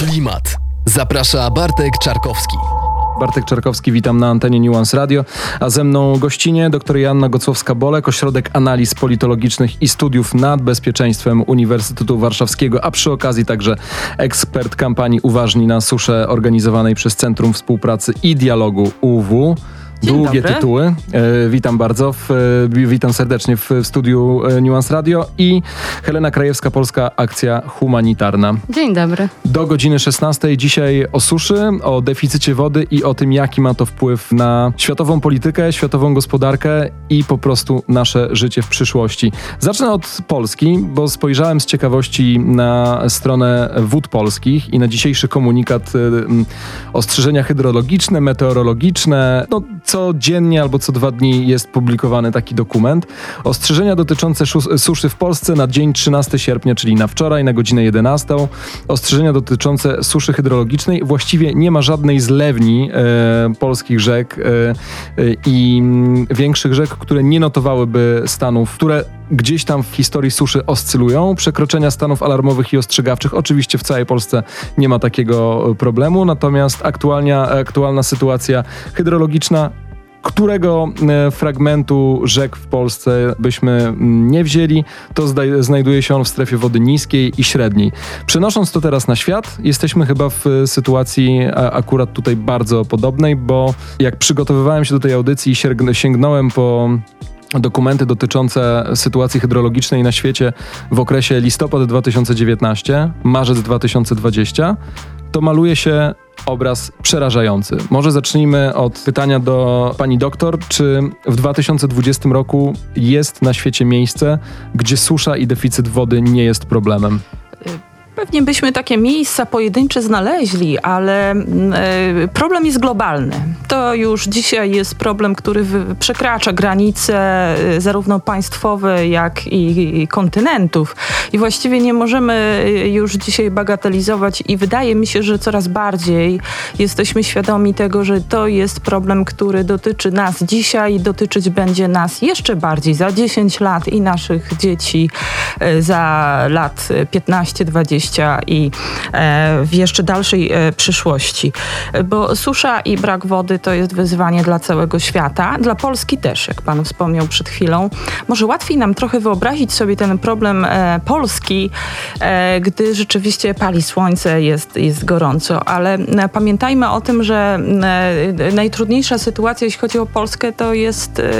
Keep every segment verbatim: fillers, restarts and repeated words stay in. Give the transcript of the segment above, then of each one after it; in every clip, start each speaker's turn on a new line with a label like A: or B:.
A: Klimat. Zaprasza Bartek Czarkowski.
B: Bartek Czarkowski, witam na antenie Nuance Radio, a ze mną gościnie dr Joanna Gocłowska-Bolek, Ośrodek Analiz Politologicznych i Studiów nad Bezpieczeństwem Uniwersytetu Warszawskiego, a przy okazji także ekspert kampanii Uważni na suszę organizowanej przez Centrum Współpracy i Dialogu U W.
C: Dzień
B: Długie
C: dobry.
B: tytuły. E, witam bardzo. W, e, witam serdecznie w, w studiu e, Nuance Radio i Helena Krajewska, Polska Akcja Humanitarna.
C: Dzień dobry.
B: Do godziny szesnastej dzisiaj o suszy, o deficycie wody i o tym, jaki ma to wpływ na światową politykę, światową gospodarkę i po prostu nasze życie w przyszłości. Zacznę od Polski, bo spojrzałem z ciekawości na stronę Wód Polskich i na dzisiejszy komunikat y, y, ostrzeżenia hydrologiczne, meteorologiczne. No, codziennie albo co dwa dni jest publikowany taki dokument. Ostrzeżenia dotyczące szu- suszy w Polsce na dzień trzynastego sierpnia, czyli na wczoraj, na godzinę jedenastą. Ostrzeżenia dotyczące suszy hydrologicznej. Właściwie nie ma żadnej zlewni e, polskich rzek e, e, i m, większych rzek, które nie notowałyby stanów, które gdzieś tam w historii suszy oscylują. Przekroczenia stanów alarmowych i ostrzegawczych. Oczywiście w całej Polsce nie ma takiego problemu, natomiast aktualnia, aktualna sytuacja hydrologiczna, którego e, fragmentu rzek w Polsce byśmy m, nie wzięli, to zda- znajduje się on w strefie wody niskiej i średniej. Przenosząc to teraz na świat, jesteśmy chyba w e, sytuacji a, akurat tutaj bardzo podobnej, bo jak przygotowywałem się do tej audycji i sięg- sięgnąłem po dokumenty dotyczące sytuacji hydrologicznej na świecie w okresie listopad dwa tysiące dziewiętnasty, marzec dwa tysiące dwudziesty, to maluje się obraz przerażający. Może zacznijmy od pytania do pani doktor, czy w dwa tysiące dwudziestym roku jest na świecie miejsce, gdzie susza i deficyt wody nie jest problemem?
C: Pewnie byśmy takie miejsca pojedyncze znaleźli, ale e, problem jest globalny. To już dzisiaj jest problem, który wy, przekracza granice e, zarówno państwowe, jak i, i kontynentów. I właściwie nie możemy już dzisiaj bagatelizować i wydaje mi się, że coraz bardziej jesteśmy świadomi tego, że to jest problem, który dotyczy nas dzisiaj i dotyczyć będzie nas jeszcze bardziej za dziesięć lat i naszych dzieci e, za lat piętnaście dwadzieścia i e, w jeszcze dalszej e, przyszłości. Bo susza i brak wody to jest wyzwanie dla całego świata, dla Polski też, jak pan wspomniał przed chwilą. Może łatwiej nam trochę wyobrazić sobie ten problem e, Polski, e, gdy rzeczywiście pali słońce, jest, jest gorąco, ale e, pamiętajmy o tym, że e, najtrudniejsza sytuacja, jeśli chodzi o Polskę, to jest e,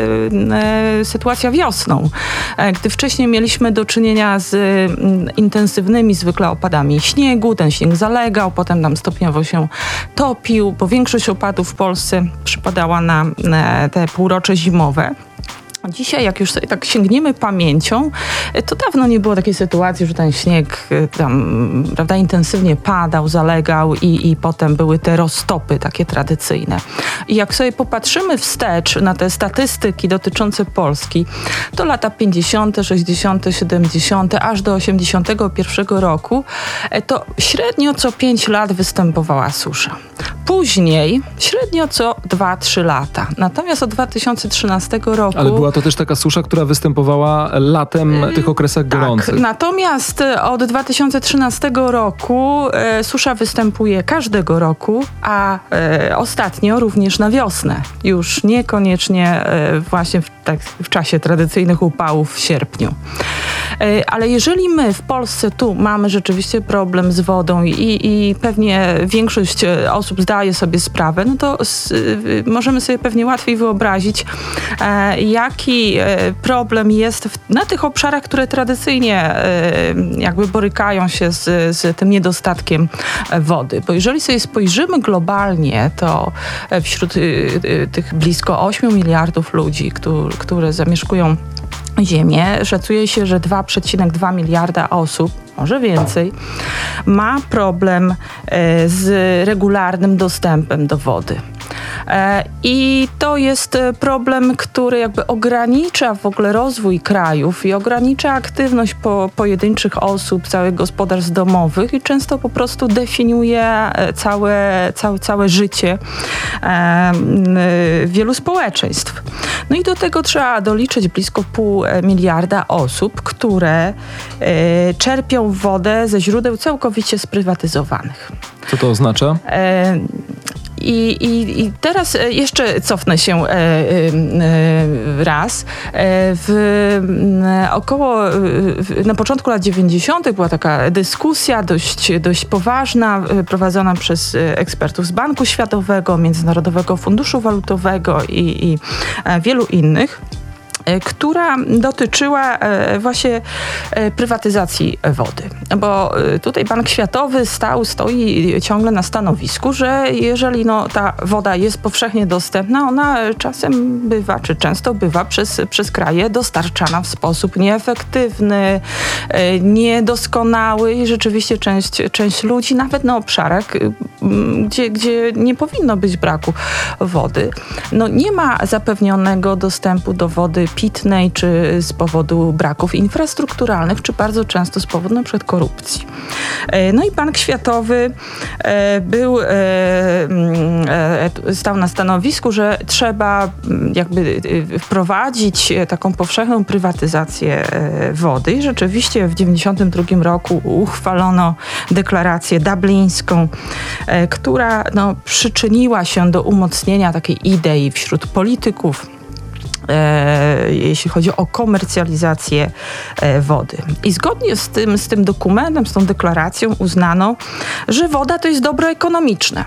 C: e, sytuacja wiosną. E, gdy wcześniej mieliśmy do czynienia z e, intensywnymi zwykle opadami śniegu, ten śnieg zalegał, potem tam stopniowo się topił, bo większość opadów w Polsce przypadała na, na te półrocze zimowe. Dzisiaj, jak już sobie tak sięgniemy pamięcią, to dawno nie było takiej sytuacji, że ten śnieg tam, prawda, intensywnie padał, zalegał i, i potem były te roztopy takie tradycyjne. I jak sobie popatrzymy wstecz na te statystyki dotyczące Polski, to lata pięćdziesiąte, sześćdziesiąte, siedemdziesiąte, aż do osiemdziesiątego pierwszego roku, to średnio co pięć lat występowała susza. Później średnio co dwa trzy lata. Natomiast od dwa tysiące trzynastego roku...
B: Ale była to też taka susza, która występowała latem w tych okresach
C: tak,
B: gorących.
C: Natomiast od dwa tysiące trzynastego roku e, susza występuje każdego roku, a e, ostatnio również na wiosnę. Już niekoniecznie e, właśnie w, tak, w czasie tradycyjnych upałów w sierpniu. E, ale jeżeli my w Polsce tu mamy rzeczywiście problem z wodą i, i pewnie większość osób zdaje sobie sprawę, no to s, możemy sobie pewnie łatwiej wyobrazić, e, jaki e, problem jest w, na tych obszarach, które tradycyjnie e, jakby borykają się z, z tym niedostatkiem wody. Bo jeżeli sobie spojrzymy globalnie, to wśród y, y, tych blisko ośmiu miliardów ludzi, którzy, które zamieszkują Ziemię, szacuje się, że dwa przecinek dwa miliarda osób, może więcej, ma problem e, z regularnym dostępem do wody. I to jest problem, który jakby ogranicza w ogóle rozwój krajów i ogranicza aktywność po, pojedynczych osób, całych gospodarstw domowych i często po prostu definiuje całe, całe, całe życie wielu społeczeństw. No i do tego trzeba doliczyć blisko pół miliarda osób, które czerpią wodę ze źródeł całkowicie sprywatyzowanych.
B: Co to oznacza?
C: E, I, i, I teraz jeszcze cofnę się e, e, raz. E, w, około, w, na początku lat dziewięćdziesiątych była taka dyskusja dość, dość poważna, prowadzona przez ekspertów z Banku Światowego, Międzynarodowego Funduszu Walutowego i, i wielu innych, która dotyczyła właśnie prywatyzacji wody. Bo tutaj Bank Światowy stał, stoi ciągle na stanowisku, że jeżeli no, ta woda jest powszechnie dostępna, ona czasem bywa, czy często bywa przez, przez kraje dostarczana w sposób nieefektywny, niedoskonały i rzeczywiście część, część ludzi, nawet na obszarach, gdzie, gdzie nie powinno być braku wody, no nie ma zapewnionego dostępu do wody pitnej, czy z powodu braków infrastrukturalnych, czy bardzo często z powodu na przykład korupcji. No i Bank Światowy był, stał na stanowisku, że trzeba jakby wprowadzić taką powszechną prywatyzację wody i rzeczywiście w dziewięćdziesiątym drugim roku uchwalono deklarację dublińską, która no, przyczyniła się do umocnienia takiej idei wśród polityków, E, jeśli chodzi o komercjalizację e, wody. I zgodnie z tym, z tym dokumentem, z tą deklaracją uznano, że woda to jest dobro ekonomiczne.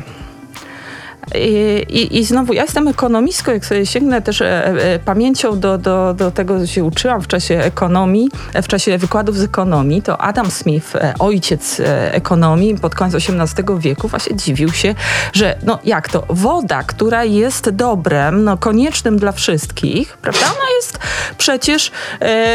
C: I, i, I znowu, ja jestem ekonomistką, jak sobie sięgnę też e, e, pamięcią do, do, do tego, co się uczyłam w czasie ekonomii, w czasie wykładów z ekonomii, to Adam Smith, e, ojciec e, ekonomii pod koniec osiemnastego wieku, właśnie dziwił się, że no jak to, woda, która jest dobrem, no koniecznym dla wszystkich, prawda, ona jest przecież e,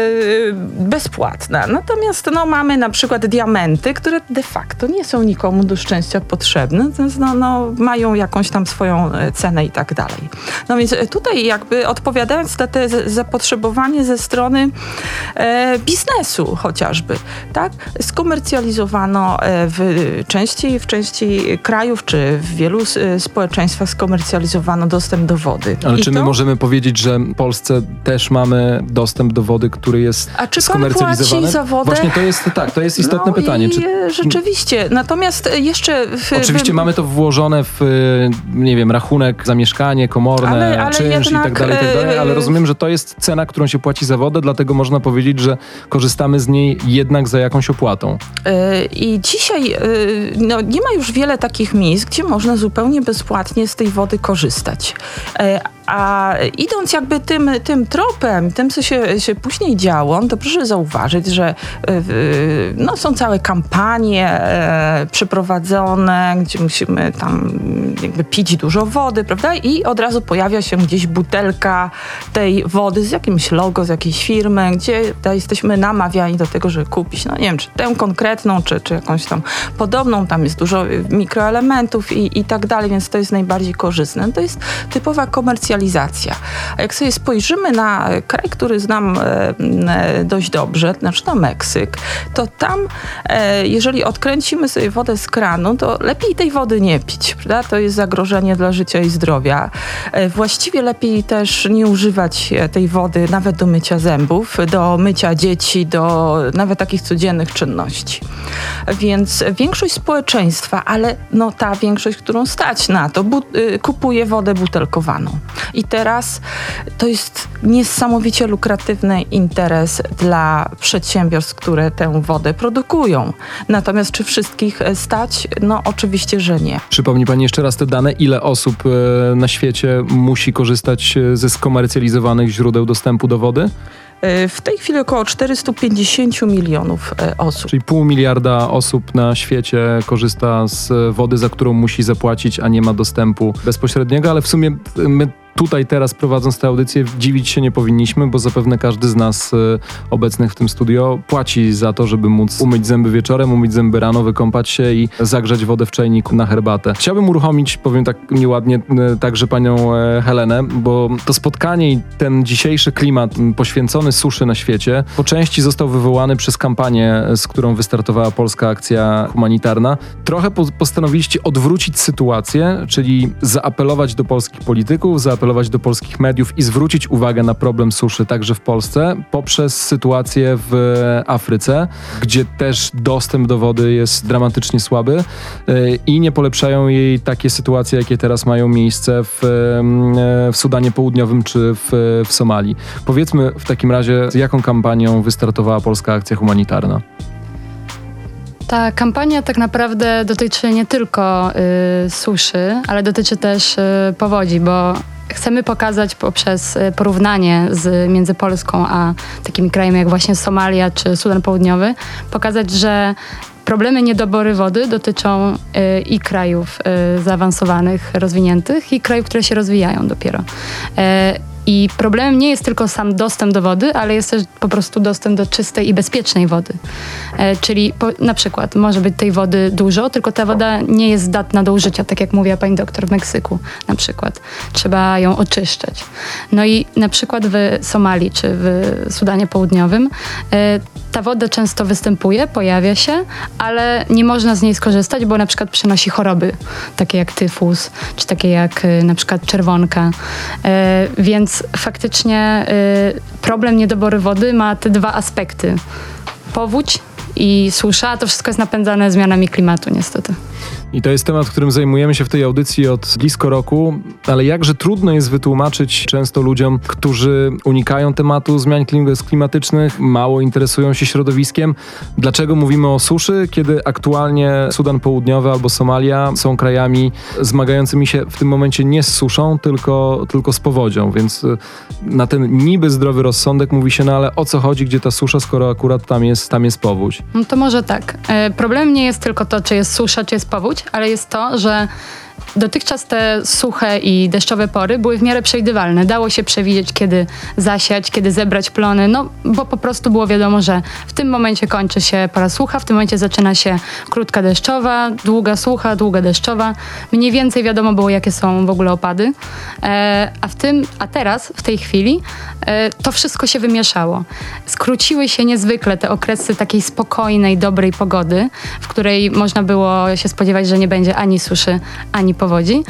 C: bezpłatna. Natomiast no, mamy na przykład diamenty, które de facto nie są nikomu do szczęścia potrzebne, więc no, no, mają jakąś tam swoją cenę i tak dalej. No więc tutaj jakby odpowiadając na te zapotrzebowanie ze strony e, biznesu chociażby, tak? Skomercjalizowano w części, w części krajów, czy w wielu społeczeństwach skomercjalizowano dostęp do wody.
B: Ale
C: I
B: czy
C: to...
B: my możemy powiedzieć, że w Polsce też mamy dostęp do wody, który jest
C: A czy pan
B: skomercjalizowany?
C: płaci za wodę?
B: Właśnie to jest, tak, to jest istotne
C: no
B: pytanie.
C: I
B: Czy...
C: Rzeczywiście. Natomiast jeszcze... W,
B: Oczywiście
C: w...
B: mamy to włożone w, nie wiem, rachunek za mieszkanie, komorne,
C: ale, ale
B: czynsz
C: jednak,
B: i tak dalej, i tak dalej, ale rozumiem, że to jest cena, którą się płaci za wodę, dlatego można powiedzieć, że korzystamy z niej jednak za jakąś opłatą.
C: I dzisiaj no, nie ma już wiele takich miejsc, gdzie można zupełnie bezpłatnie z tej wody korzystać. A idąc jakby tym, tym tropem, tym, co się, się później działo, to proszę zauważyć, że no, są całe kampanie e, przeprowadzone, gdzie musimy tam jakby pić dużo wody, prawda? I od razu pojawia się gdzieś butelka tej wody z jakimś logo, z jakiejś firmy, gdzie da, jesteśmy namawiani do tego, żeby kupić, no nie wiem, czy tę konkretną, czy, czy jakąś tam podobną, tam jest dużo mikroelementów i, i tak dalej, więc to jest najbardziej korzystne. No, to jest typowa komercjalizacja. A jak sobie spojrzymy na kraj, który znam e, dość dobrze, znaczy na Meksyk, to tam, e, jeżeli odkręcimy sobie wodę z kranu, to lepiej tej wody nie pić, prawda? To jest zagrożenie dla życia i zdrowia. E, właściwie lepiej też nie używać tej wody nawet do mycia zębów, do mycia dzieci, do nawet takich codziennych czynności. Więc większość społeczeństwa, ale no ta większość, którą stać na to, bu- y, kupuje wodę butelkowaną. I teraz to jest niesamowicie lukratywny interes dla przedsiębiorstw, które tę wodę produkują. Natomiast czy wszystkich stać? No oczywiście, że nie.
B: Przypomni pani jeszcze raz te dane, ile osób e, na świecie musi korzystać ze skomercjalizowanych źródeł dostępu do wody?
C: W tej chwili około czterysta pięćdziesiąt milionów osób.
B: Czyli pół miliarda osób na świecie korzysta z wody, za którą musi zapłacić, a nie ma dostępu bezpośredniego, ale w sumie my tutaj teraz prowadząc tę audycję dziwić się nie powinniśmy, bo zapewne każdy z nas y, obecnych w tym studio płaci za to, żeby móc umyć zęby wieczorem, umyć zęby rano, wykąpać się i zagrzać wodę w czajniku na herbatę. Chciałbym uruchomić, powiem tak nieładnie, y, także panią y, Helenę, bo to spotkanie i ten dzisiejszy klimat y, poświęcony suszy na świecie po części został wywołany przez kampanię, z którą wystartowała Polska Akcja Humanitarna. Trochę po, postanowiliście odwrócić sytuację, czyli zaapelować do polskich polityków, zaapelować do polskich mediów i zwrócić uwagę na problem suszy także w Polsce poprzez sytuację w Afryce, gdzie też dostęp do wody jest dramatycznie słaby yy, i nie polepszają jej takie sytuacje, jakie teraz mają miejsce w, yy, w Sudanie Południowym czy w, w Somalii. Powiedzmy w takim razie, z jaką kampanią wystartowała Polska Akcja Humanitarna?
D: Ta kampania tak naprawdę dotyczy nie tylko y, suszy, ale dotyczy też y, powodzi, bo chcemy pokazać poprzez porównanie z, między Polską a takimi krajami jak właśnie Somalia czy Sudan Południowy, pokazać, że problemy niedoboru wody dotyczą y, i krajów y, zaawansowanych, rozwiniętych, i krajów, które się rozwijają dopiero. Y, I problemem nie jest tylko sam dostęp do wody, ale jest też po prostu dostęp do czystej i bezpiecznej wody. E, czyli po, na przykład może być tej wody dużo, tylko ta woda nie jest zdatna do użycia, tak jak mówiła pani doktor w Meksyku na przykład. Trzeba ją oczyszczać. No i na przykład w Somalii czy w Sudanie Południowym e, ta woda często występuje, pojawia się, ale nie można z niej skorzystać, bo na przykład przynosi choroby, takie jak tyfus, czy takie jak e, na przykład czerwonka. E, więc faktycznie y, problem niedoboru wody ma te dwa aspekty. Powódź i susza, a to wszystko jest napędzane zmianami klimatu niestety.
B: I to jest temat, którym zajmujemy się w tej audycji od blisko roku, ale jakże trudno jest wytłumaczyć często ludziom, którzy unikają tematu zmian klimatycznych, mało interesują się środowiskiem, dlaczego mówimy o suszy, kiedy aktualnie Sudan Południowy albo Somalia są krajami zmagającymi się w tym momencie nie z suszą, tylko, tylko z powodzią, więc na ten niby zdrowy rozsądek mówi się, no ale o co chodzi, gdzie ta susza, skoro akurat tam jest, tam jest powódź?
D: No to może tak. E, problem nie jest tylko to, czy jest susza, czy jest powódź, ale jest to, że dotychczas te suche i deszczowe pory były w miarę przewidywalne. Dało się przewidzieć, kiedy zasiać, kiedy zebrać plony, no bo po prostu było wiadomo, że w tym momencie kończy się pora sucha, w tym momencie zaczyna się krótka deszczowa, długa sucha, długa deszczowa. Mniej więcej wiadomo było, jakie są w ogóle opady. E, a w tym, a teraz, w tej chwili, e, to wszystko się wymieszało. Skróciły się niezwykle te okresy takiej spokojnej, dobrej pogody, w której można było się spodziewać, że nie będzie ani suszy, ani powodzi.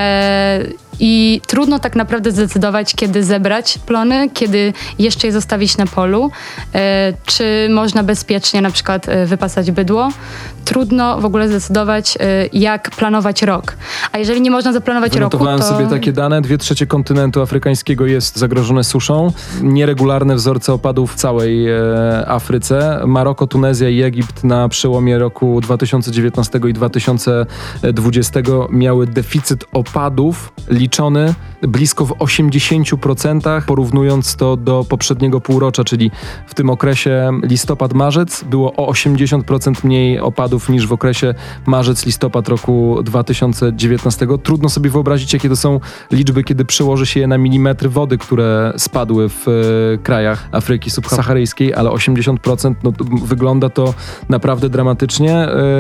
D: E, I trudno tak naprawdę zdecydować, kiedy zebrać plony, kiedy jeszcze je zostawić na polu, e, czy można bezpiecznie na przykład e, wypasać bydło. Trudno w ogóle zdecydować, e, jak planować rok. A jeżeli nie można zaplanować roku, to...
B: Wynotowałem sobie takie dane. Dwie trzecie kontynentu afrykańskiego jest zagrożone suszą. Nieregularne wzorce opadów w całej e, Afryce. Maroko, Tunezja i Egipt na przełomie roku dwa tysiące dziewiętnastego i dwa tysiące dwudziestego miały deficyt opadów liczony blisko w osiemdziesięciu procentach, porównując to do poprzedniego półrocza, czyli w tym okresie listopad-marzec było o osiemdziesiąt procent mniej opadów niż w okresie marzec-listopad roku dwa tysiące dziewiętnastego. Trudno sobie wyobrazić, jakie to są liczby, kiedy przełoży się je na milimetry wody, które spadły w e, krajach Afryki subsaharyjskiej, ale osiemdziesiąt procent, no, wygląda to naprawdę dramatycznie.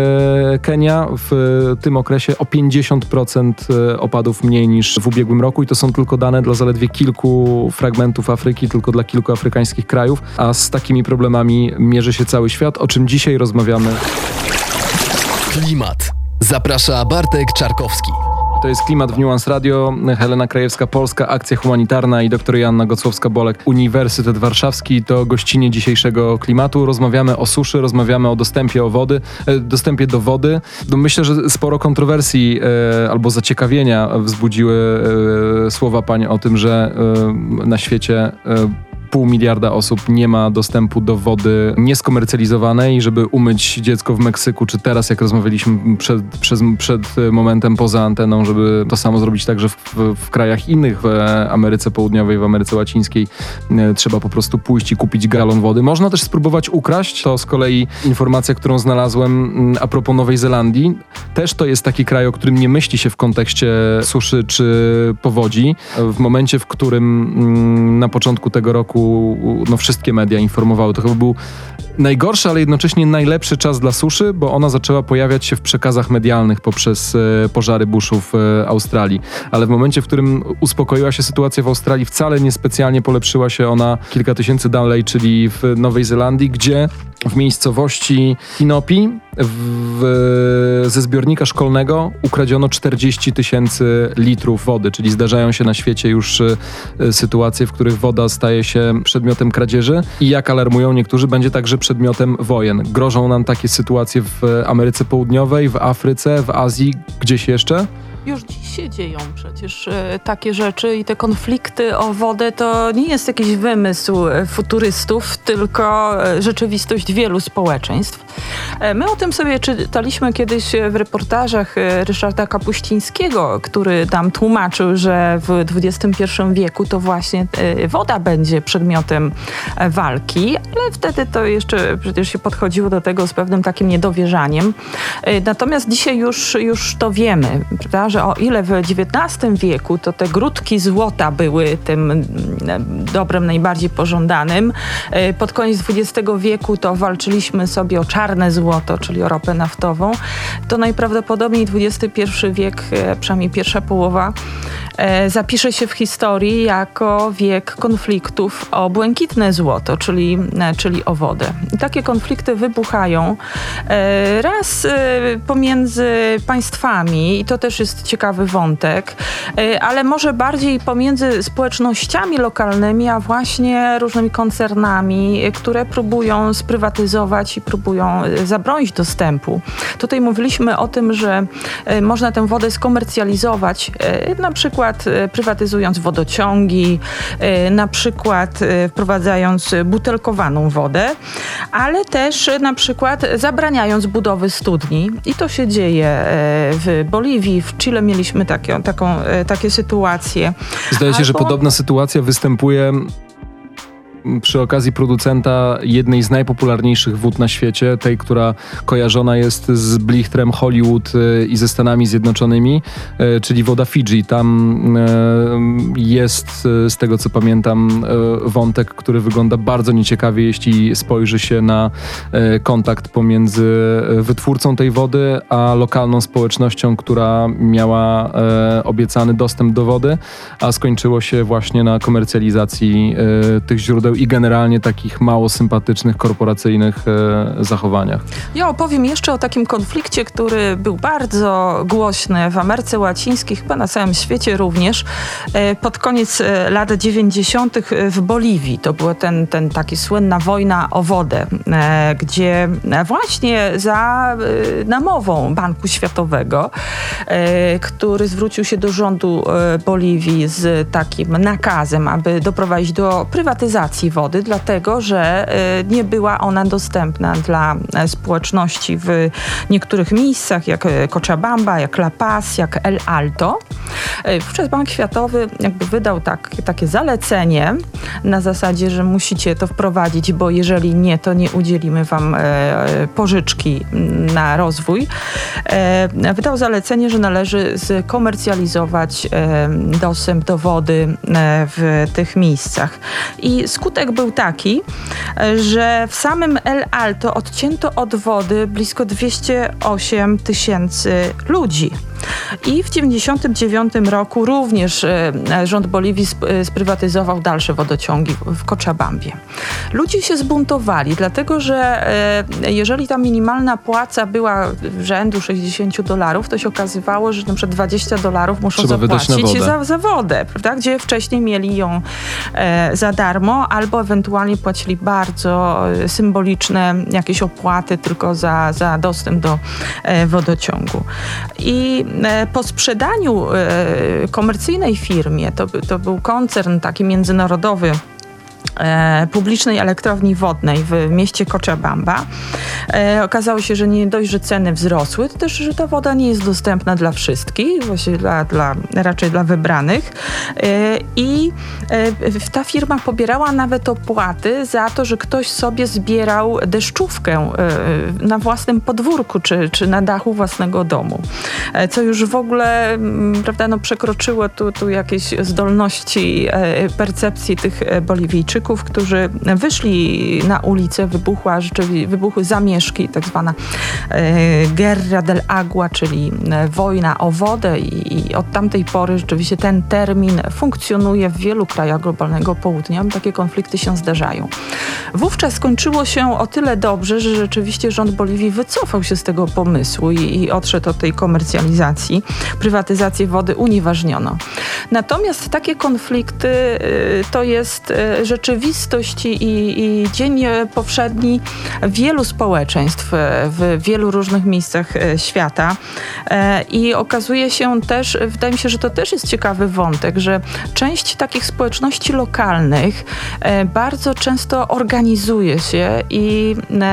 B: E, Kenia w tym okresie o pięćdziesiąt procent opadów mniej niż w ubiegłym roku i to są tylko dane dla zaledwie kilku fragmentów Afryki, tylko dla kilku afrykańskich krajów, a z takimi problemami mierzy się cały świat, o czym dzisiaj rozmawiamy.
A: Klimat. Zaprasza Bartek Czarkowski.
B: To jest Klimat w Nuance Radio. Helena Krajewska, Polska Akcja Humanitarna i dr Joanna Gocłowska-Bolek, Uniwersytet Warszawski. To gościnie dzisiejszego Klimatu. Rozmawiamy o suszy, rozmawiamy o dostępie, o wody, e, dostępie do wody. No myślę, że sporo kontrowersji e, albo zaciekawienia wzbudziły e, słowa pań o tym, że e, na świecie e, pół miliarda osób nie ma dostępu do wody nieskomercjalizowanej, żeby umyć dziecko w Meksyku, czy teraz, jak rozmawialiśmy przed, przez, przed momentem poza anteną, żeby to samo zrobić także w, w, w krajach innych, w Ameryce Południowej, w Ameryce Łacińskiej, e, trzeba po prostu pójść i kupić galon wody. Można też spróbować ukraść. To z kolei informacja, którą znalazłem m, a propos Nowej Zelandii. Też to jest taki kraj, o którym nie myśli się w kontekście suszy czy powodzi. W momencie, w którym m, na początku tego roku no, wszystkie media informowały, to chyba był najgorszy, ale jednocześnie najlepszy czas dla suszy, bo ona zaczęła pojawiać się w przekazach medialnych poprzez e, pożary buszów w e, Australii. Ale w momencie, w którym uspokoiła się sytuacja w Australii, wcale niespecjalnie polepszyła się ona kilka tysięcy dalej, czyli w Nowej Zelandii, gdzie w miejscowości Hinopi w, ze zbiornika szkolnego ukradziono czterdzieści tysięcy litrów wody, czyli zdarzają się na świecie już e, sytuacje, w których woda staje się przedmiotem kradzieży i jak alarmują niektórzy, będzie także przedmiotem wojen. Grożą nam takie sytuacje w Ameryce Południowej, w Afryce, w Azji, gdzieś jeszcze?
C: Już dziś się dzieją przecież e, takie rzeczy i te konflikty o wodę to nie jest jakiś wymysł e, futurystów, tylko e, rzeczywistość wielu społeczeństw. E, my o tym sobie czytaliśmy kiedyś w reportażach e, Ryszarda Kapuścińskiego, który nam tłumaczył, że w dwudziestym pierwszym wieku to właśnie e, woda będzie przedmiotem e, walki, ale wtedy to jeszcze przecież się podchodziło do tego z pewnym takim niedowierzaniem. E, natomiast dzisiaj już, już to wiemy, prawda, że o ile w dziewiętnastym wieku to te grudki złota były tym dobrem najbardziej pożądanym, pod koniec dwudziestego wieku to walczyliśmy sobie o czarne złoto, czyli o ropę naftową, to najprawdopodobniej dwudziesty pierwszy wiek, przynajmniej pierwsza połowa, zapisze się w historii jako wiek konfliktów o błękitne złoto, czyli, czyli o wodę. I takie konflikty wybuchają raz pomiędzy państwami, i to też jest ciekawy wątek, ale może bardziej pomiędzy społecznościami lokalnymi, a właśnie różnymi koncernami, które próbują sprywatyzować i próbują zabronić dostępu. Tutaj mówiliśmy o tym, że można tę wodę skomercjalizować, na przykład prywatyzując wodociągi, na przykład wprowadzając butelkowaną wodę, ale też na przykład zabraniając budowy studni. I to się dzieje w Boliwii, w Chile mieliśmy takie, taką, takie sytuacje.
B: Zdaje się, Albo... że podobna sytuacja występuje przy okazji producenta jednej z najpopularniejszych wód na świecie, tej, która kojarzona jest z blichtrem Hollywood i ze Stanami Zjednoczonymi, czyli woda Fidżi. Tam jest, z tego co pamiętam, wątek, który wygląda bardzo nieciekawie, jeśli spojrzy się na kontakt pomiędzy wytwórcą tej wody, a lokalną społecznością, która miała obiecany dostęp do wody, a skończyło się właśnie na komercjalizacji tych źródeł i generalnie takich mało sympatycznych, korporacyjnych e, zachowaniach.
C: Ja opowiem jeszcze o takim konflikcie, który był bardzo głośny w Ameryce Łacińskiej, chyba na całym świecie również, e, pod koniec lat dziewięćdziesiątych w Boliwii. To była ten, ten taki słynna wojna o wodę, e, gdzie właśnie za e, namową Banku Światowego, e, który zwrócił się do rządu e, Boliwii z takim nakazem, aby doprowadzić do prywatyzacji wody, dlatego że nie była ona dostępna dla społeczności w niektórych miejscach, jak Cochabamba, jak La Paz, jak El Alto. Wówczas Bank Światowy jakby wydał tak, takie zalecenie na zasadzie, że musicie to wprowadzić, bo jeżeli nie, to nie udzielimy wam pożyczki na rozwój. Wydał zalecenie, że należy skomercjalizować dostęp do wody w tych miejscach. I skutek był taki, że w samym El Alto odcięto od wody blisko dwieście osiem tysięcy ludzi. I w dziewięćdziesiątym dziewiątym roku również e, rząd Boliwii sp- sprywatyzował dalsze wodociągi w, w Cochabambie. Ludzie się zbuntowali, dlatego że e, jeżeli ta minimalna płaca była rzędu sześćdziesiąt dolarów, to się okazywało, że na przykład dwadzieścia dolarów muszą
B: Trzeba
C: zapłacić za, za wodę, prawda? Gdzie wcześniej mieli ją e, za darmo, albo ewentualnie płacili bardzo e, symboliczne jakieś opłaty tylko za, za dostęp do e, wodociągu. I po sprzedaniu e, komercyjnej firmie, to, to był koncern taki międzynarodowy, e, publicznej elektrowni wodnej w mieście Cochabamba. E, okazało się, że nie dość, że ceny wzrosły, to też, że ta woda nie jest dostępna dla wszystkich, właśnie dla, dla, raczej dla wybranych. E, I e, ta firma pobierała nawet opłaty za to, że ktoś sobie zbierał deszczówkę e, na własnym podwórku, czy, czy na dachu własnego domu. E, co już w ogóle, m, prawda, no, przekroczyło tu, tu jakieś zdolności e, percepcji tych Boliwijczyków, którzy wyszli na ulicę, wybuchła, rzeczywiście, wybuchły zamieszki, tak zwana e, Guerra del Agua, czyli e, wojna o wodę i, i od tamtej pory rzeczywiście ten termin funkcjonuje w wielu krajach globalnego południa. Takie konflikty się zdarzają. Wówczas skończyło się o tyle dobrze, że rzeczywiście rząd Boliwii wycofał się z tego pomysłu i, i odszedł od tej komercjalizacji. Prywatyzację wody unieważniono. Natomiast takie konflikty y, to jest y, rzeczywistość i, i dzień powszedni wielu społeczeństw w wielu różnych miejscach świata. I okazuje się też, wydaje mi się, że to też jest ciekawy wątek, że część takich społeczności lokalnych bardzo często organizuje się i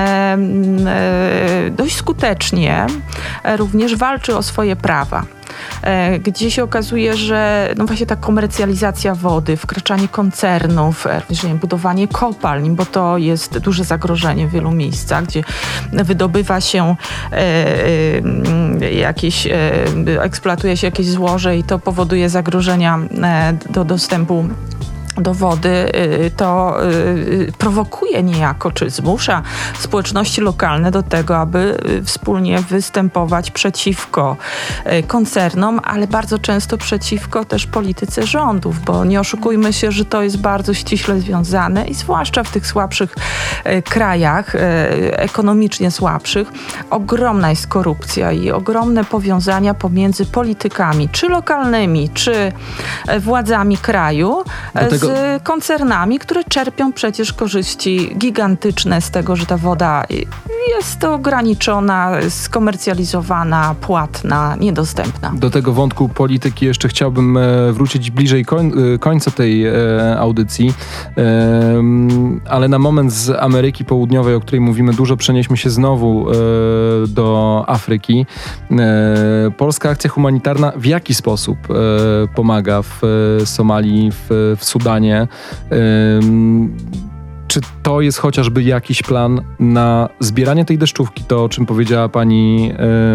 C: dość skutecznie również walczy o swoje prawa. Gdzie się okazuje, że no właśnie ta komercjalizacja wody, wkraczanie koncernów, budowanie kopalń, bo to jest duże zagrożenie w wielu miejscach, gdzie wydobywa się e, e, jakieś, e, eksploatuje się jakieś złoże i to powoduje zagrożenia e, do dostępu do wody, to prowokuje niejako, czy zmusza społeczności lokalne do tego, aby wspólnie występować przeciwko koncernom, ale bardzo często przeciwko też polityce rządów, bo nie oszukujmy się, że to jest bardzo ściśle związane i zwłaszcza w tych słabszych krajach, ekonomicznie słabszych, ogromna jest korupcja i ogromne powiązania pomiędzy politykami, czy lokalnymi, czy władzami kraju, z koncernami, które czerpią przecież korzyści gigantyczne z tego, że ta woda jest ograniczona, skomercjalizowana, płatna, niedostępna.
B: Do tego wątku polityki jeszcze chciałbym wrócić bliżej koń, końca tej audycji, ale na moment z Ameryki Południowej, o której mówimy dużo, przenieśmy się znowu do Afryki. Polska akcja humanitarna w jaki sposób pomaga w Somalii, w, w Sudanie? Czy to jest chociażby jakiś plan na zbieranie tej deszczówki, to o czym powiedziała pani,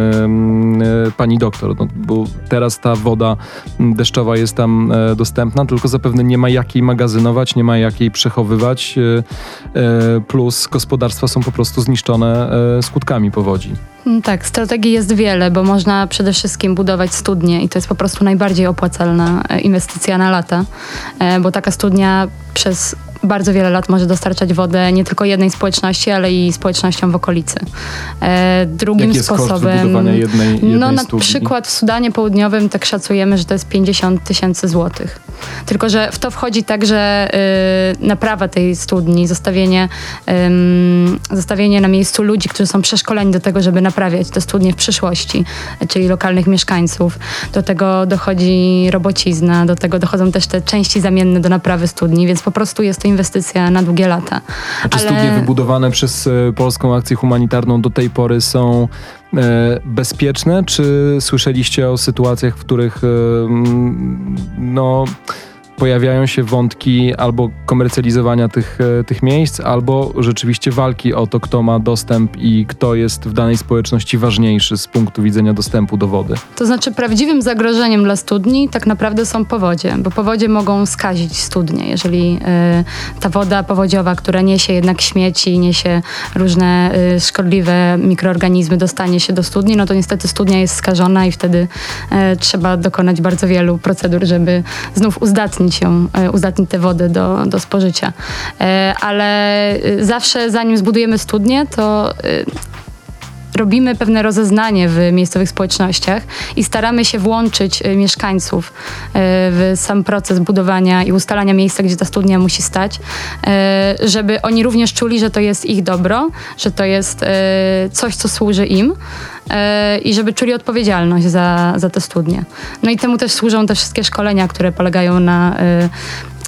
B: yy, pani doktor, no, bo teraz ta woda deszczowa jest tam yy, dostępna, tylko zapewne nie ma jak jej magazynować, nie ma jak jej przechowywać, yy, yy, plus gospodarstwa są po prostu zniszczone yy, skutkami powodzi.
D: Tak, strategii jest wiele, bo można przede wszystkim budować studnie i to jest po prostu najbardziej opłacalna inwestycja na lata, bo taka studnia przez bardzo wiele lat może dostarczać wodę nie tylko jednej społeczności, ale i społecznościom w okolicy. E, drugim
B: Jaki jest
D: sposobem...
B: koszt wybudowania jednej, jednej
D: No na
B: studni? Przykład
D: w Sudanie Południowym tak szacujemy, że to jest pięćdziesiąt tysięcy złotych. Tylko że w to wchodzi także y, naprawa tej studni, zostawienie, y, zostawienie na miejscu ludzi, którzy są przeszkoleni do tego, żeby naprawiać te studnie w przyszłości, czyli lokalnych mieszkańców. Do tego dochodzi robocizna, do tego dochodzą też te części zamienne do naprawy studni, więc po prostu jest to inwestycja na długie lata.
B: A czy
D: Ale...
B: studnie wybudowane przez e, Polską Akcję Humanitarną do tej pory są e, bezpieczne? Czy słyszeliście o sytuacjach, w których e, no, pojawiają się wątki albo komercjalizowania tych, e, tych miejsc, albo rzeczywiście walki o to, kto ma dostęp i kto jest w danej społeczności ważniejszy z punktu widzenia dostępu do wody?
D: To znaczy prawdziwym zagrożeniem dla studni tak naprawdę są powodzie, bo powodzie mogą skazić studnie. Jeżeli y, ta woda powodziowa, która niesie jednak śmieci, niesie różne y, szkodliwe mikroorganizmy, dostanie się do studni, no to niestety studnia jest skażona i wtedy y, trzeba dokonać bardzo wielu procedur, żeby znów uzdatnić ją, y, uzdatnić tę wodę do, do spożycia. Y, ale y, zawsze zanim zbudujemy studnię, to y, robimy pewne rozeznanie w miejscowych społecznościach i staramy się włączyć y, mieszkańców y, w sam proces budowania i ustalania miejsca, gdzie ta studnia musi stać, y, żeby oni również czuli, że to jest ich dobro, że to jest y, coś, co służy im y, i żeby czuli odpowiedzialność za, za te studnie. No i temu też służą te wszystkie szkolenia, które polegają na y,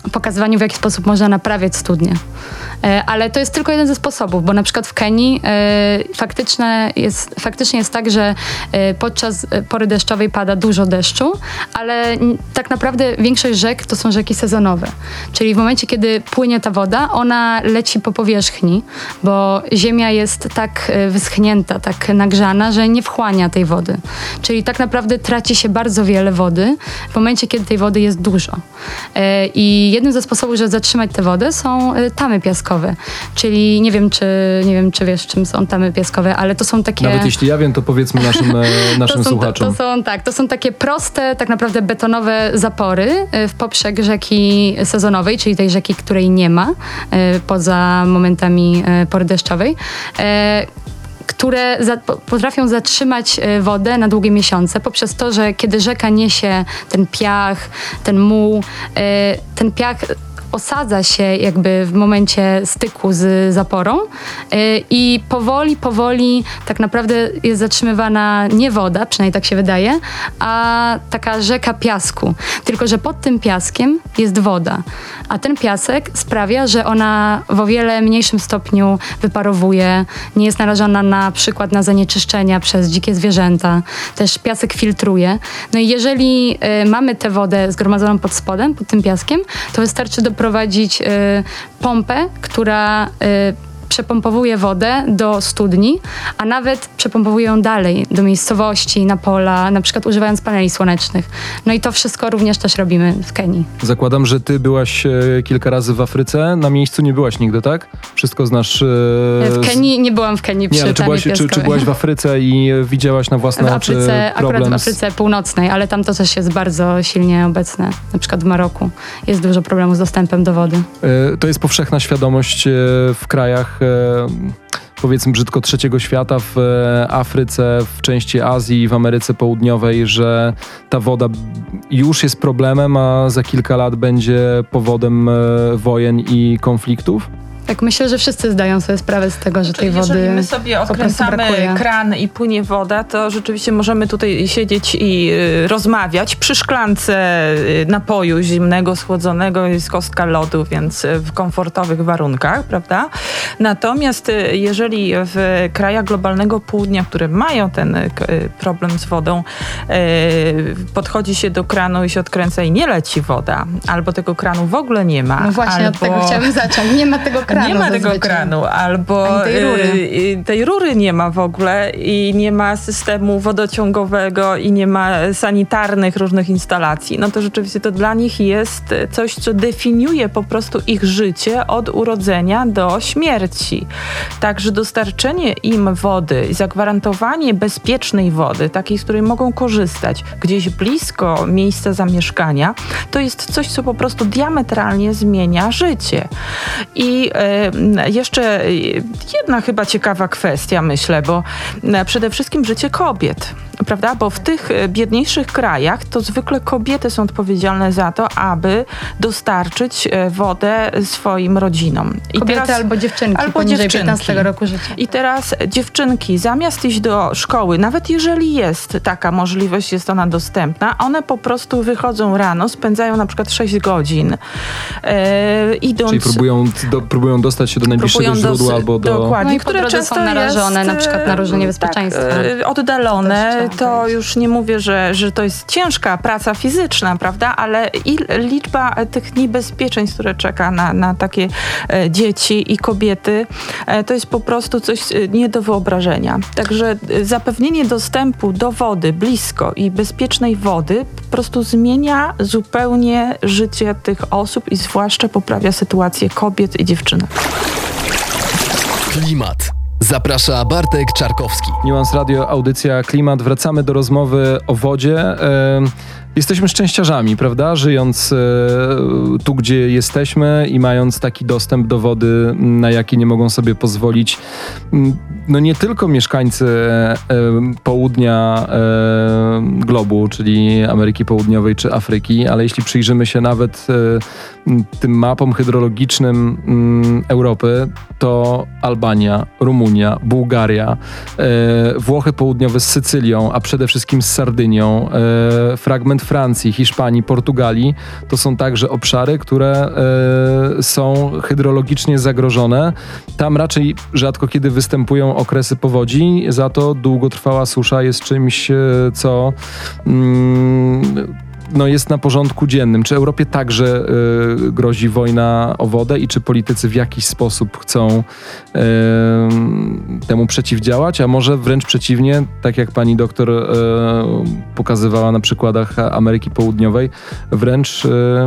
D: pokazywaniu, w jaki sposób można naprawiać studnie. E, ale to jest tylko jeden ze sposobów, bo na przykład w Kenii e, faktyczne jest, faktycznie jest tak, że e, podczas pory deszczowej pada dużo deszczu, ale n- tak naprawdę większość rzek to są rzeki sezonowe. Czyli w momencie, kiedy płynie ta woda, ona leci po powierzchni, bo ziemia jest tak e, wyschnięta, tak nagrzana, że nie wchłania tej wody. Czyli tak naprawdę traci się bardzo wiele wody w momencie, kiedy tej wody jest dużo. E, I jednym ze sposobów, żeby zatrzymać tę wodę, są e, tamy piaskowe. Czyli nie wiem, czy nie wiem, czy wiesz, czym są tamy piaskowe, ale to są takie...
B: Nawet jeśli ja wiem, to powiedzmy naszym, e, naszym
D: to są,
B: słuchaczom.
D: To, to są, tak, to są takie proste, tak naprawdę betonowe zapory e, w poprzek rzeki sezonowej, czyli tej rzeki, której nie ma e, poza momentami e, pory deszczowej. E, które za, potrafią zatrzymać wodę na długie miesiące poprzez to, że kiedy rzeka niesie ten piach, ten muł, ten piach osadza się jakby w momencie styku z zaporą i powoli, powoli tak naprawdę jest zatrzymywana nie woda, przynajmniej tak się wydaje, a taka rzeka piasku. Tylko że pod tym piaskiem jest woda, a ten piasek sprawia, że ona w o wiele mniejszym stopniu wyparowuje, nie jest narażona na przykład na zanieczyszczenia przez dzikie zwierzęta. Też piasek filtruje. No i jeżeli y, mamy tę wodę zgromadzoną pod spodem, pod tym piaskiem, to wystarczy doprowadzić y, pompę, która y, przepompowuje wodę do studni, a nawet przepompowuje ją dalej do miejscowości, na pola, na przykład używając paneli słonecznych. No i to wszystko również też robimy w Kenii.
B: Zakładam, że ty byłaś e, kilka razy w Afryce, na miejscu nie byłaś nigdy, tak? Wszystko znasz... E,
D: w Kenii, nie byłam w Kenii przy
B: Nie, ale czy byłaś, czy, czy byłaś w Afryce i widziałaś na własne
D: w
B: oczy
D: Afryce,
B: problem
D: akurat w Afryce Północnej, ale tam to też jest bardzo silnie obecne. Na przykład w Maroku jest dużo problemów z dostępem do wody.
B: E, to jest powszechna świadomość e, w krajach powiedzmy brzydko trzeciego świata, w Afryce, w części Azji, w Ameryce Południowej, że ta woda już jest problemem, a za kilka lat będzie powodem wojen i konfliktów?
D: Tak, myślę, że wszyscy zdają sobie sprawę z tego, że tej
C: Jeżeli
D: wody
C: my sobie
D: po prostu
C: odkręcamy
D: brakuje.
C: kran i płynie woda, to rzeczywiście możemy tutaj siedzieć i y, rozmawiać przy szklance y, napoju zimnego, schłodzonego, jest kostka lodu, więc y, w komfortowych warunkach, prawda? Natomiast y, jeżeli w krajach globalnego południa, które mają ten y, problem z wodą, y, podchodzi się do kranu i się odkręca i nie leci woda, albo tego kranu w ogóle nie ma.
D: No właśnie,
C: albo...
D: od tego chciałabym zacząć. Nie ma tego kranu.
C: Nie ma tego
D: zazwyczaj.
C: kranu, albo
D: Ani tej rury.
C: y, tej rury nie ma w ogóle i nie ma systemu wodociągowego i nie ma sanitarnych różnych instalacji. No to rzeczywiście to dla nich jest coś, co definiuje po prostu ich życie od urodzenia do śmierci. Także dostarczenie im wody i zagwarantowanie bezpiecznej wody, takiej, z której mogą korzystać gdzieś blisko miejsca zamieszkania, to jest coś, co po prostu diametralnie zmienia życie. I y, jeszcze jedna chyba ciekawa kwestia, myślę, bo y, przede wszystkim życie kobiet, prawda? Bo w tych biedniejszych krajach to zwykle kobiety są odpowiedzialne za to, aby dostarczyć y, wodę swoim rodzinom. I
D: Kobiety
C: teraz,
D: albo dziewczynki
C: albo
D: poniżej
C: dziewczynki.
D: piętnastego roku życia.
C: I teraz dziewczynki zamiast iść do szkoły, nawet jeżeli jest taka możliwość, jest ona dostępna, one po prostu wychodzą rano, spędzają na przykład sześć godzin, e, idąc...
B: Czyli próbują, do, próbują dostać się do najbliższego
C: próbują
B: źródła
C: dos-
B: albo do...
C: Dokładnie,
D: No i po
C: które
D: drodze
C: często
D: są narażone
C: jest,
D: na przykład na różne niebezpieczeństwa.
C: Tak, e, oddalone,
D: Też
C: to
D: trzeba
C: już nie mówię, że, że to jest ciężka praca fizyczna, prawda, ale i liczba tych niebezpieczeństw, które czeka na, na takie e, dzieci i kobiety, e, to jest po prostu coś e, nie do wyobrażenia. Także e, zapewnienie dostępu do wody blisko i bezpiecznej wody po prostu zmienia zupełnie życie tych osób i zwłaszcza poprawia sytuację kobiet i dziewczynek.
A: Klimat. Zaprasza Bartek Czarkowski.
B: Niuans Radio, audycja Klimat. Wracamy do rozmowy o wodzie. E, jesteśmy szczęściarzami, prawda? Żyjąc e, tu, gdzie jesteśmy i mając taki dostęp do wody, na jaki nie mogą sobie pozwolić no nie tylko mieszkańcy e, południa e, globu, czyli Ameryki Południowej czy Afryki, ale jeśli przyjrzymy się nawet e, tym mapom hydrologicznym m, Europy, to Albania, Rumunia, Rumunia, Bułgaria, e, Włochy Południowe z Sycylią, a przede wszystkim z Sardynią, e, fragment Francji, Hiszpanii, Portugalii, to są także obszary, które e, są hydrologicznie zagrożone. Tam raczej rzadko kiedy występują okresy powodzi, za to długotrwała susza jest czymś, e, co mm, no jest na porządku dziennym. Czy Europie także y, grozi wojna o wodę i czy politycy w jakiś sposób chcą y, temu przeciwdziałać, a może wręcz przeciwnie, tak jak pani doktor y, pokazywała na przykładach Ameryki Południowej, wręcz y,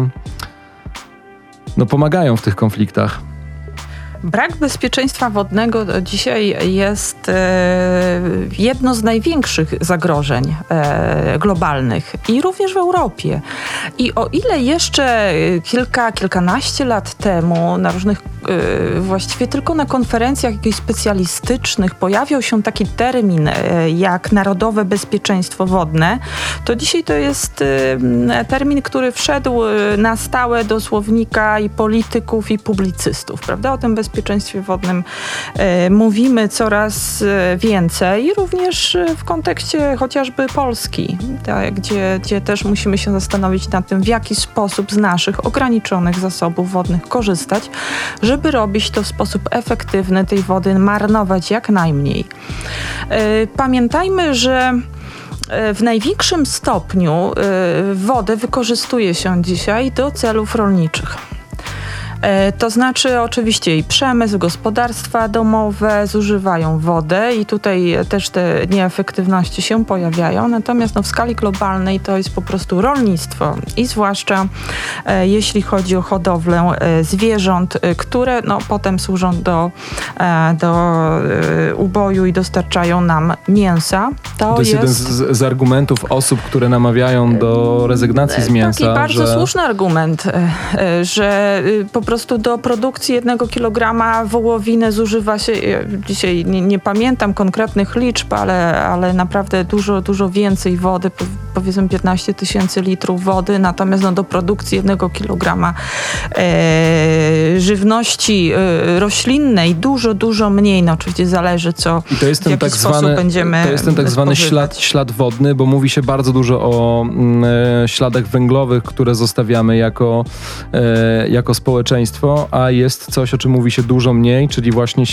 B: no pomagają w tych konfliktach.
C: Brak bezpieczeństwa wodnego dzisiaj jest e, jedno z największych zagrożeń e, globalnych i również w Europie. I o ile jeszcze kilka, kilkanaście lat temu na różnych, e, właściwie tylko na konferencjach jakichś specjalistycznych pojawiał się taki termin e, jak narodowe bezpieczeństwo wodne, to dzisiaj to jest e, termin, który wszedł na stałe do słownika i polityków, i publicystów, prawda? O tym bezpieczeństwie wodnym e, mówimy coraz e, więcej, również e, w kontekście chociażby Polski, tak, gdzie, gdzie też musimy się zastanowić nad tym, w jaki sposób z naszych ograniczonych zasobów wodnych korzystać, żeby robić to w sposób efektywny, tej wody marnować jak najmniej. E, pamiętajmy, że w największym stopniu e, wodę wykorzystuje się dzisiaj do celów rolniczych. To znaczy oczywiście i przemysł, gospodarstwa domowe zużywają wodę i tutaj też te nieefektywności się pojawiają, natomiast no, w skali globalnej to jest po prostu rolnictwo i zwłaszcza e, jeśli chodzi o hodowlę e, zwierząt, e, które no, potem służą do, e, do e, uboju i dostarczają nam mięsa. To,
B: to jest,
C: jest
B: jeden z, z argumentów osób, które namawiają do rezygnacji z mięsa.
C: Taki bardzo
B: że...
C: słuszny argument, e, e, że e, po prostu Po prostu do produkcji jednego kilograma wołowiny zużywa się, ja dzisiaj nie, nie pamiętam konkretnych liczb, ale, ale naprawdę dużo, dużo więcej wody, powiedzmy piętnaście tysięcy litrów wody, natomiast no, do produkcji jednego kilograma e, żywności e, roślinnej dużo, dużo mniej. No oczywiście zależy, co
B: I to jest
C: w
B: ten
C: jaki
B: tak
C: sposób
B: zwany,
C: będziemy
B: To jest ten tak zwany ślad, ślad wodny, bo mówi się bardzo dużo o e, śladach węglowych, które zostawiamy jako, e, jako społeczeństwo, a jest coś, o czym mówi się dużo mniej, czyli właśnie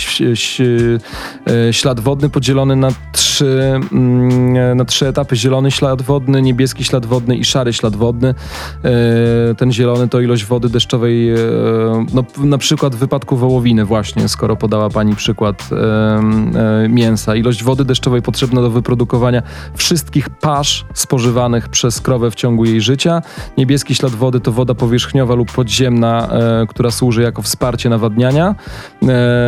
B: ślad wodny podzielony na trzy, na trzy etapy. Zielony ślad wodny, niebieski ślad wodny i szary ślad wodny. Ten zielony to ilość wody deszczowej, no na przykład w wypadku wołowiny właśnie, skoro podała pani przykład mięsa. Ilość wody deszczowej potrzebna do wyprodukowania wszystkich pasz spożywanych przez krowę w ciągu jej życia. Niebieski ślad wody to woda powierzchniowa lub podziemna, która służy jako wsparcie nawadniania e,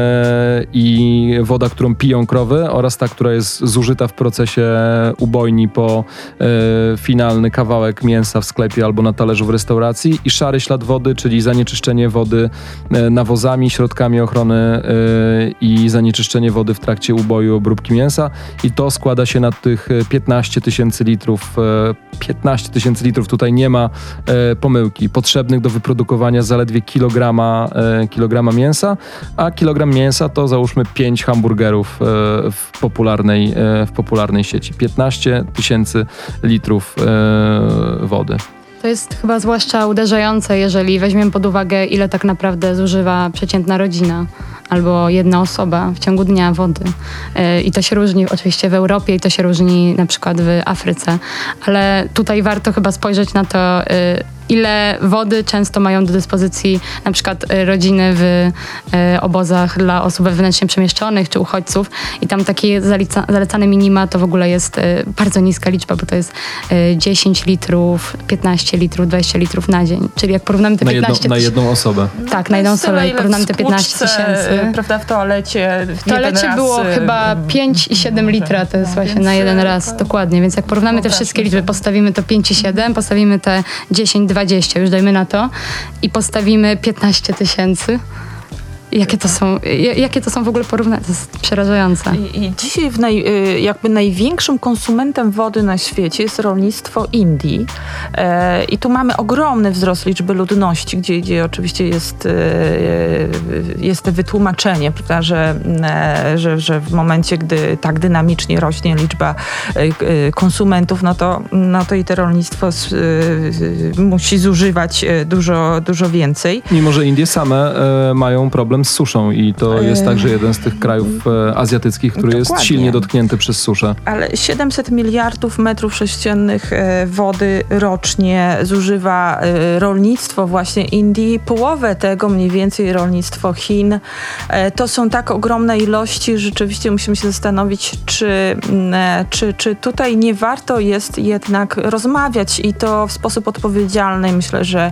B: i woda, którą piją krowy, oraz ta, która jest zużyta w procesie ubojni po e, finalny kawałek mięsa w sklepie albo na talerzu w restauracji, i szary ślad wody, czyli zanieczyszczenie wody e, nawozami, środkami ochrony e, i zanieczyszczenie wody w trakcie uboju, obróbki mięsa, i to składa się na tych piętnaście tysięcy litrów. E, piętnaście tysięcy litrów, tutaj nie ma e, pomyłki, potrzebnych do wyprodukowania zaledwie kilograma, e, kilograma mięsa, a kilogram mięsa to załóżmy pięć hamburgerów e, w, popularnej, e, w popularnej sieci. piętnaście tysięcy litrów e, wody.
D: To jest chyba zwłaszcza uderzające, jeżeli weźmiemy pod uwagę, ile tak naprawdę zużywa przeciętna rodzina albo jedna osoba w ciągu dnia wody. Yy, I to się różni oczywiście w Europie i to się różni na przykład w Afryce, ale tutaj warto chyba spojrzeć na to, yy, ile wody często mają do dyspozycji na przykład rodziny w e, obozach dla osób wewnętrznie przemieszczonych czy uchodźców, i tam takie zalica, zalecane minima to w ogóle jest e, bardzo niska liczba, bo to jest e, dziesięć litrów, piętnaście litrów, dwadzieścia litrów na dzień. Czyli jak porównamy te
B: na
D: piętnaście
B: jedną, na jedną osobę.
D: Tak, na jedną osobę, jak porównamy te piętnaście tysięcy.
C: Prawda, w toalecie. W
D: W toalecie
C: raz,
D: było chyba pięć i siedem litra, to jest no, właśnie na jeden raz, to... dokładnie. Więc jak porównamy te wszystkie liczby, postawimy to pięć i siedem, postawimy te dziesięć, dwadzieścia, już dajmy na to, i postawimy piętnaście tysięcy. Jakie to są, jakie to są w ogóle porównania? To jest przerażające.
C: I, i dzisiaj w naj, jakby największym konsumentem wody na świecie jest rolnictwo Indii. E, I tu mamy ogromny wzrost liczby ludności, gdzie, gdzie oczywiście jest, e, jest wytłumaczenie, prawda, że, e, że, że w momencie, gdy tak dynamicznie rośnie liczba e, konsumentów, no to, no to i to rolnictwo s, e, musi zużywać dużo, dużo więcej.
B: Mimo że Indie same e, mają problem z suszą i to jest także jeden z tych krajów e, azjatyckich, który
C: Dokładnie.
B: jest silnie dotknięty przez suszę.
C: Ale siedemset miliardów metrów sześciennych e, wody rocznie zużywa e, rolnictwo właśnie Indii. Połowę tego mniej więcej rolnictwo Chin. E, to są tak ogromne ilości, że rzeczywiście musimy się zastanowić, czy, e, czy, czy tutaj nie warto jest jednak rozmawiać i to w sposób odpowiedzialny. Myślę, że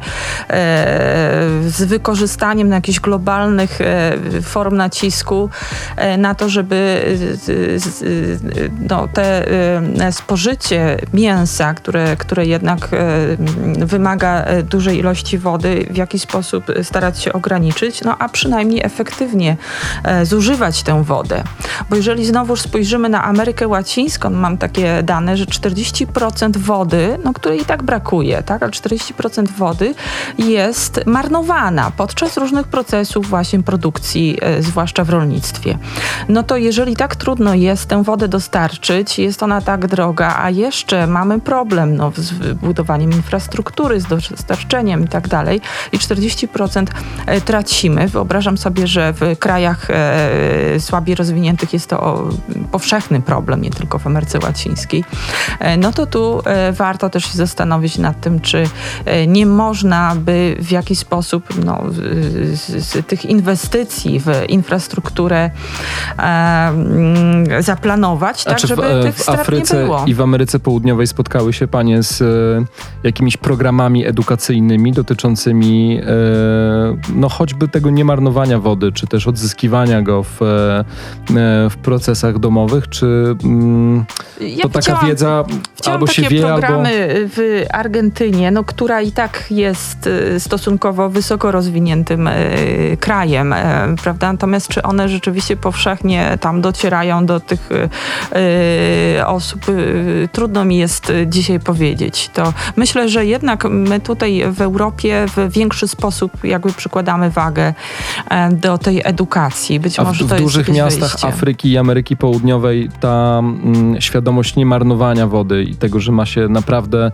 C: e, z wykorzystaniem na jakichś globalnych e, form nacisku e, na to, żeby z, z, no, te e, spożycie mięsa, które, które jednak e, wymaga dużej ilości wody, w jakiś sposób starać się ograniczyć, no a przynajmniej efektywnie e, zużywać tę wodę. Bo jeżeli znowu spojrzymy na Amerykę Łacińską, mam takie dane, że czterdzieści procent wody, no której i tak brakuje, tak, ale czterdzieści procent wody jest marnowana podczas różnych procesów właśnie produkcji, e, zwłaszcza w rolnictwie. No to jeżeli tak trudno jest tę wodę dostarczyć, jest ona tak droga, a jeszcze mamy problem no, z budowaniem infrastruktury, z dostarczeniem i tak dalej i czterdzieści procent tracimy. Wyobrażam sobie, że w krajach e, słabiej rozwiniętych jest to o, powszechny problem, nie tylko w Ameryce Łacińskiej. E, no to tu e, warto też się zastanowić nad tym, czy e, nie można by w jakiś sposób no, z, z tych inwestycji w infrastrukturę e, zaplanować, tak,
B: czy
C: żeby
B: w,
C: tych
B: w
C: strat
B: Afryce
C: nie było.
B: i w Ameryce Południowej spotkały się panie z e, jakimiś programami edukacyjnymi dotyczącymi e, no choćby tego niemarnowania wody, czy też odzyskiwania go w, e, w procesach domowych, czy mm,
C: Ja
B: to taka
C: widziałam,
B: wiedza
C: widziałam
B: albo się
C: takie
B: wie,
C: programy
B: albo...
C: w Argentynie, no, która i tak jest y, stosunkowo wysoko rozwiniętym y, krajem, y, prawda? Natomiast czy one rzeczywiście powszechnie tam docierają do tych y, osób, y, trudno mi jest dzisiaj powiedzieć. To myślę, że jednak my tutaj w Europie w większy sposób jakby przykładamy wagę y, do tej edukacji. Być
B: A
C: może
B: w,
C: to
B: w
C: jest
B: dużych
C: jakieś
B: miastach
C: wyjście.
B: Afryki i Ameryki Południowej ta mm, świadomość niemarnowania wody i tego, że ma się naprawdę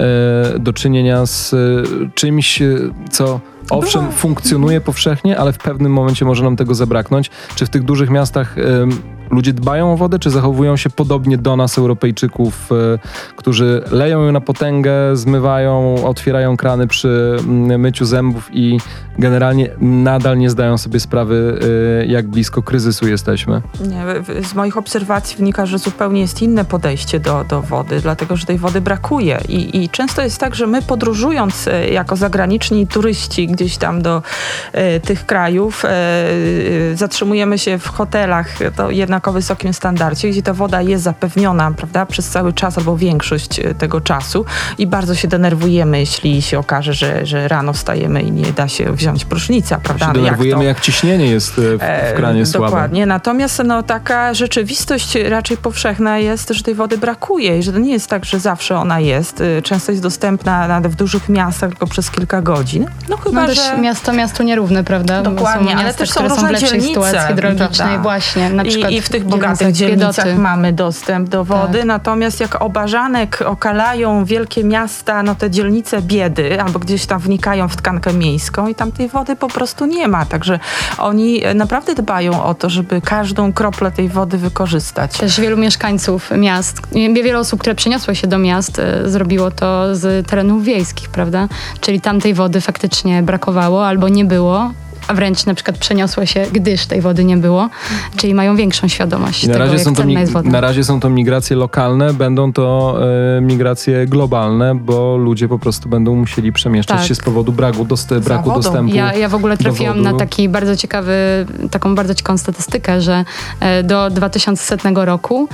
B: e, do czynienia z e, czymś, e, co owszem
C: Była.
B: funkcjonuje powszechnie, ale w pewnym momencie może nam tego zabraknąć. Czy w tych dużych miastach e, ludzie dbają o wodę, czy zachowują się podobnie do nas, Europejczyków, e, którzy leją ją na potęgę, zmywają, otwierają krany przy mm, myciu zębów i generalnie nadal nie zdają sobie sprawy, e, jak blisko kryzysu jesteśmy?
C: Nie, z moich obserwacji wynika, że zupełnie jest inne podejście do, do wody, dlatego że tej wody brakuje. I, I często jest tak, że my podróżując e, jako zagraniczni turyści gdzieś tam do e, tych krajów, e, e, zatrzymujemy się w hotelach, to jednak o wysokim standardzie, gdzie ta woda jest zapewniona, prawda, przez cały czas albo większość e, tego czasu i bardzo się denerwujemy, jeśli się okaże, że, że rano wstajemy i nie da się wziąć prysznica, prawda?
B: Się
C: No
B: denerwujemy,
C: jak,
B: jak ciśnienie jest w, w kranie
C: e,
B: słabe.
C: Dokładnie. Natomiast no, taka rzeczywistość raczej powszechna jest, że tej wody brakuje i że to nie jest tak, że zawsze ona jest. Często jest dostępna nawet w dużych miastach tylko przez kilka godzin. No chyba,
D: No też
C: że...
D: miasto miasto nierówne, prawda? Bo
C: Dokładnie,
D: są
C: ale
D: miasta,
C: też są
D: które są w
C: różne
D: lepszej
C: dzielnice,
D: sytuacji hydrologicznej
C: prawda?
D: właśnie. Na przykład
C: I, I w tych bogatych dzielnicach
D: Biedoty.
C: mamy dostęp do wody,
D: Tak.
C: natomiast jak obarzanek okalają wielkie miasta, no te dzielnice biedy, albo gdzieś tam wnikają w tkankę miejską i tam tej wody po prostu nie ma. Także oni naprawdę dbają o to, żeby każdą kroplę tej wody wykorzystać.
D: Też wielu mieszkańców miast, wiele osób, które przeniosło się do miast, e, zrobiło to z terenów wiejskich, prawda? Czyli tam tej wody faktycznie brakowało albo nie było, a wręcz na przykład przeniosło się, gdyż tej wody nie było, czyli mają większą świadomość
B: I na,
D: tego,
B: razie
D: jak
B: są to
D: cenna
B: mi-
D: jest woda.
B: na razie są to migracje lokalne, będą to e, migracje globalne, bo ludzie po prostu będą musieli przemieszczać
D: Tak.
B: się z powodu braku, dost- braku
C: wodą.
B: dostępu.
D: Ja, ja w ogóle trafiłam
B: do
D: na
B: wodu.
D: taki bardzo ciekawy, taką bardzo ciekawą statystykę, że e, do dwa tysiące setnego roku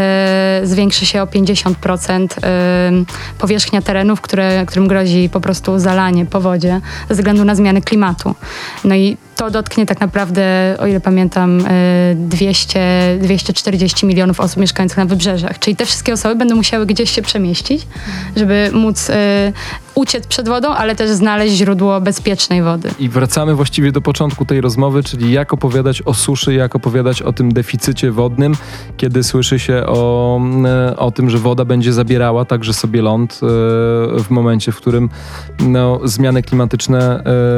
D: e, zwiększy się o pięćdziesiąt procent e, powierzchnia terenów, które, którym grozi po prostu zalanie, powodzie ze względu na zmiany klimatu. No i to dotknie tak naprawdę, o ile pamiętam, dwieście, dwieście czterdzieści milionów osób mieszkających na wybrzeżach. Czyli te wszystkie osoby będą musiały gdzieś się przemieścić, żeby móc uciec przed wodą, ale też znaleźć źródło bezpiecznej wody.
B: I wracamy właściwie do początku tej rozmowy, czyli jak opowiadać o suszy, jak opowiadać o tym deficycie wodnym, kiedy słyszy się o, o tym, że woda będzie zabierała także sobie ląd w momencie, w którym no, zmiany klimatyczne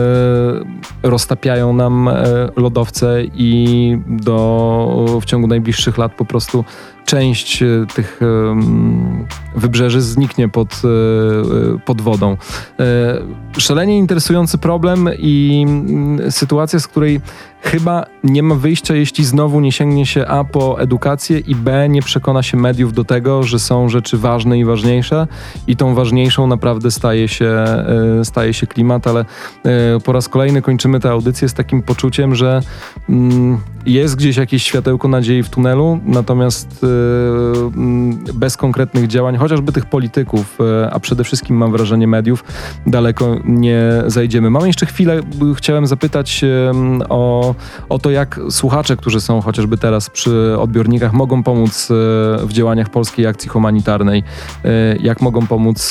B: roztapiają nam lodowce i do, w ciągu najbliższych lat po prostu część tych wybrzeży zniknie pod, pod wodą. Szalenie interesujący problem i sytuacja, z której chyba nie ma wyjścia, jeśli znowu nie sięgnie się A po edukację i B nie przekona się mediów do tego, że są rzeczy ważne i ważniejsze i tą ważniejszą naprawdę staje się, staje się klimat, ale po raz kolejny kończymy tę audycję z takim poczuciem, że jest gdzieś jakieś światełko nadziei w tunelu, natomiast bez konkretnych działań, chociażby tych polityków, a przede wszystkim mam wrażenie mediów, daleko nie zajdziemy. Mam jeszcze chwilę, chciałem zapytać o, o to, jak słuchacze, którzy są chociażby teraz przy odbiornikach, mogą pomóc w działaniach Polskiej Akcji Humanitarnej, jak mogą pomóc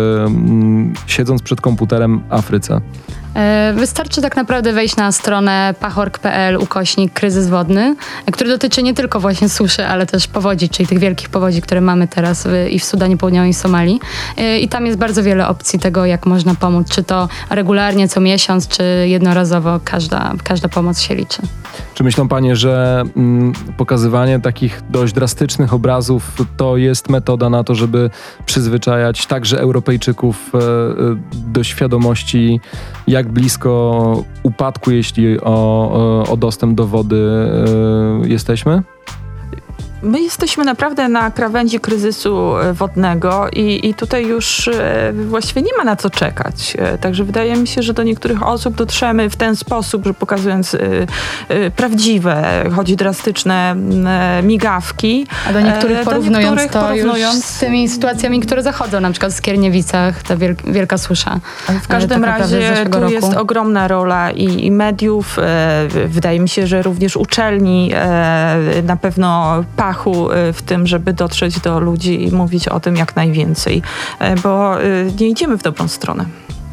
B: siedząc przed komputerem Afryce.
D: Wystarczy tak naprawdę wejść na stronę pachorg kropka p l ukośnik kryzys wodny, który dotyczy nie tylko właśnie suszy, ale też powodzi, czyli tych wielkich powodzi, które mamy teraz w, i w Sudanie Południowym i Somalii. I tam jest bardzo wiele opcji tego, jak można pomóc, czy to regularnie, co miesiąc, czy jednorazowo, każda, każda pomoc się liczy.
B: Czy myślą panie, że mm, pokazywanie takich dość drastycznych obrazów to jest metoda na to, żeby przyzwyczajać także Europejczyków e, do świadomości, jak blisko upadku, jeśli o, o dostęp do wody e, jesteśmy?
C: My jesteśmy naprawdę na krawędzi kryzysu wodnego i, i tutaj już e, właściwie nie ma na co czekać. E, także wydaje mi się, że do niektórych osób dotrzemy w ten sposób, że pokazując e, e, prawdziwe, choć drastyczne e, migawki.
D: A do niektórych
C: e,
D: porównując
C: do niektórych
D: to
C: porównując...
D: już z tymi sytuacjami, które zachodzą, na przykład w Skierniewicach, ta wiel, wielka susza.
C: W każdym
D: tak
C: razie tu
D: roku.
C: jest ogromna rola i, i mediów. E, wydaje mi się, że również uczelni e, na pewno w tym, żeby dotrzeć do ludzi i mówić o tym jak najwięcej, bo nie idziemy w dobrą stronę.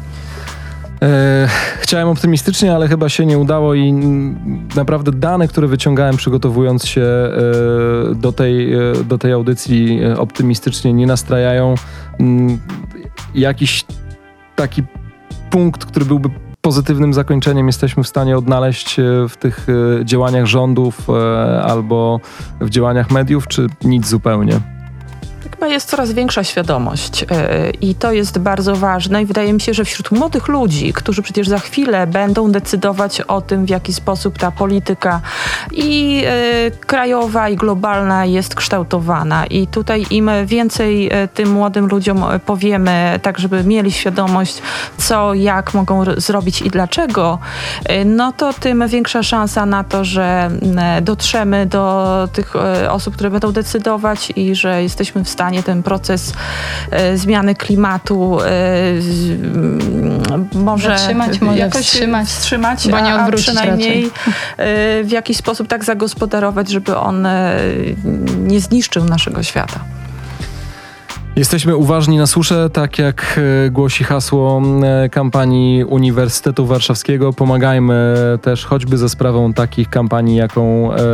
B: E, chciałem optymistycznie, ale chyba się nie udało i naprawdę dane, które wyciągałem przygotowując się e, do, tej, e, do tej audycji optymistycznie nie nastrajają. M, jakiś taki punkt, który byłby pozytywnym zakończeniem, jesteśmy w stanie odnaleźć w tych działaniach rządów albo w działaniach mediów, czy nic zupełnie?
C: Chyba jest coraz większa świadomość i to jest bardzo ważne i wydaje mi się, że wśród młodych ludzi, którzy przecież za chwilę będą decydować o tym, w jaki sposób ta polityka i krajowa, i globalna jest kształtowana i tutaj im więcej tym młodym ludziom powiemy, tak żeby mieli świadomość, co, jak mogą zrobić i dlaczego, no to tym większa szansa na to, że dotrzemy do tych osób, które będą decydować i że jesteśmy w stanie ten proces e, zmiany klimatu e, z, może
D: zatrzymać, może
C: jakoś
D: wstrzymać,
C: wstrzymać
D: bo nie
C: a, a
D: przynajmniej
C: e, w jakiś sposób tak zagospodarować, żeby on e, nie zniszczył naszego świata.
B: Jesteśmy uważni na suszę, tak jak głosi hasło kampanii Uniwersytetu Warszawskiego. Pomagajmy też choćby za sprawą takich kampanii, jaką e, e,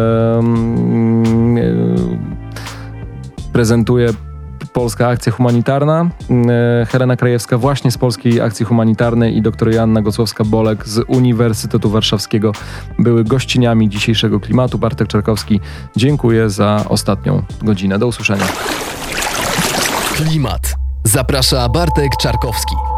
B: prezentuje Polska Akcja Humanitarna. Helena Krajewska właśnie z Polskiej Akcji Humanitarnej i dr Joanna Gosłowska-Bolek z Uniwersytetu Warszawskiego były gościniami dzisiejszego Klimatu. Bartek Czarkowski, dziękuję za ostatnią godzinę. Do usłyszenia.
A: Klimat. Zaprasza Bartek Czarkowski.